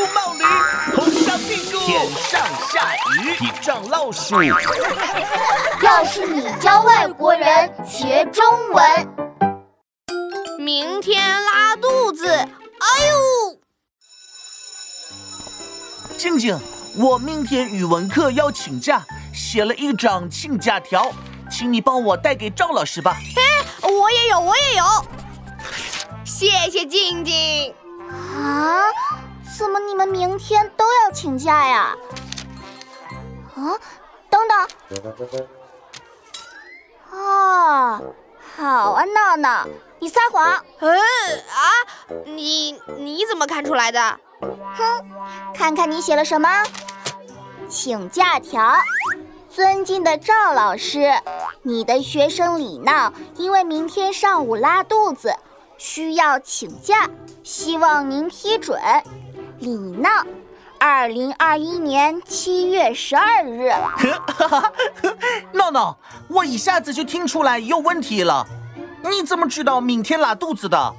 冒驴，头上屁股，天上下雨，地上老鼠。 要是你教外国人学中文， 明天拉肚子，哎呦！ 静静，我明天语文课要请假，写了一张请假条，请你帮我带给赵老师吧。 我也有，谢谢静静。 啊？怎么你们明天都要请假呀？啊，等等。哦，好啊，闹闹，你撒谎。 你怎么看出来的？ 哼，看看你写了什么。请假条。尊敬的赵老师，你的学生李闹因为明天上午拉肚子，需要请假，希望您批准。李闹，2021年7月12日。 闹闹，我一下子就听出来有问题了。你怎么知道明天拉肚子的？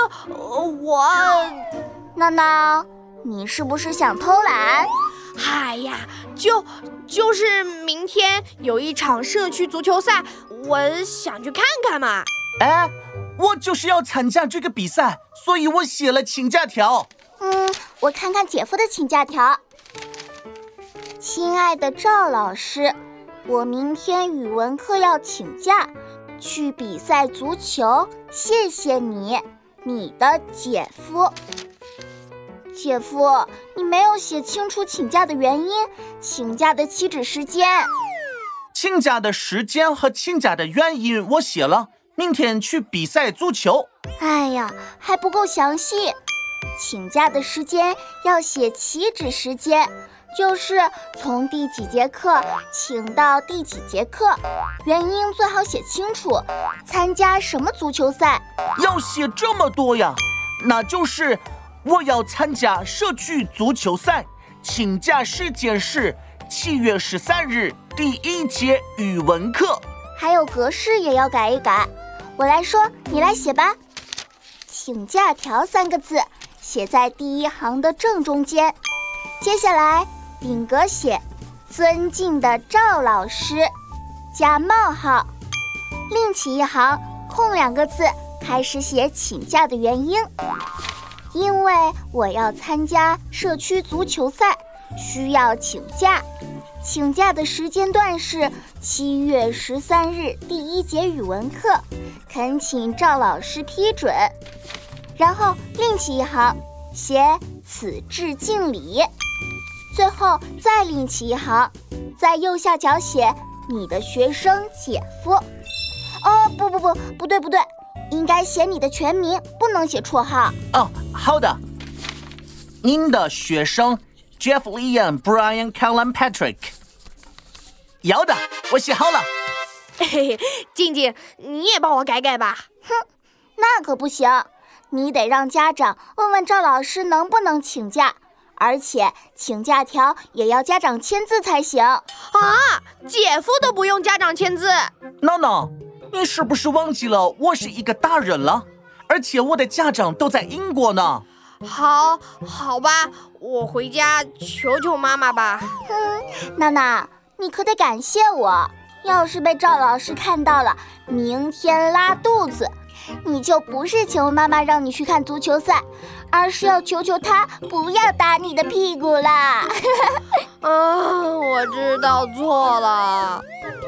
闹闹，你是不是想偷懒？ 哎呀，就是明天有一场社区足球赛，我想去看看嘛。 我就是要参加这个比赛，所以我写了请假条。 我看看姐夫的请假条。亲爱的赵老师，我明天语文课要请假，去比赛足球，谢谢你，你的姐夫。姐夫，你没有写清楚请假的原因，请假的起止时间。 请假的时间和请假的原因我写了，明天去比赛足球。 哎呀，还不够详细。请假的时间要写起止时间，就是从第几节课请到第几节课，原因最好写清楚。参加什么足球赛？ 要写这么多呀？那就是我要参加社区足球赛，请假时间是7月13日第1节语文课。 还有格式也要改一改。我来说，你来写吧。请假条3个字写在第1行的正中间，接下来顶格写尊敬的赵老师加冒号，另起一行空2个字，开始写请假的原因。因为我要参加社区足球赛，需要请假，请假的时间段是7月13日第1节语文课，恳请赵老师批准。然后另起一行写此致敬礼，最后再另起一行，在右下角写你的学生姐夫。不对，应该写你的全名，不能写绰号。 好的。您的学生 Jeff Liam Brian Callan Patrick。 有的，我写好了。 静静，你也帮我改改吧。 那可不行，你得让家长问问赵老师能不能请假，而且请假条也要家长签字才行。 姐夫都不用家长签字。 闹闹，你是不是忘记了我是一个大人了？而且我的家长都在英国呢。 好吧，我回家求求妈妈吧。 娜娜，你可得感谢我，要是被赵老师看到了明天拉肚子，你就不是求妈妈让你去看足球赛，而是要求求他不要打你的屁股啦。 我知道错了。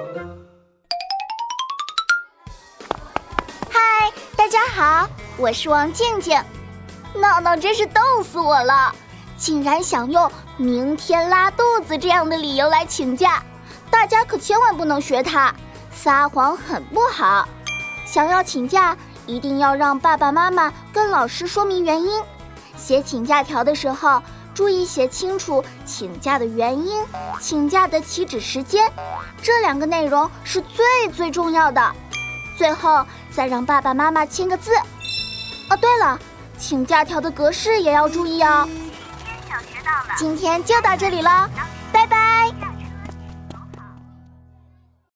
嗨，大家好，我是王静静。闹闹真是逗死我了，竟然想用明天拉肚子这样的理由来请假，大家可千万不能学他，撒谎很不好。想要请假，一定要让爸爸妈妈跟老师说明原因。写请假条的时候，注意写清楚请假的原因、请假的起止时间，这2个内容是最重要的。最后再让爸爸妈妈签个字。对了，请假条的格式也要注意哦。今天就到这里了。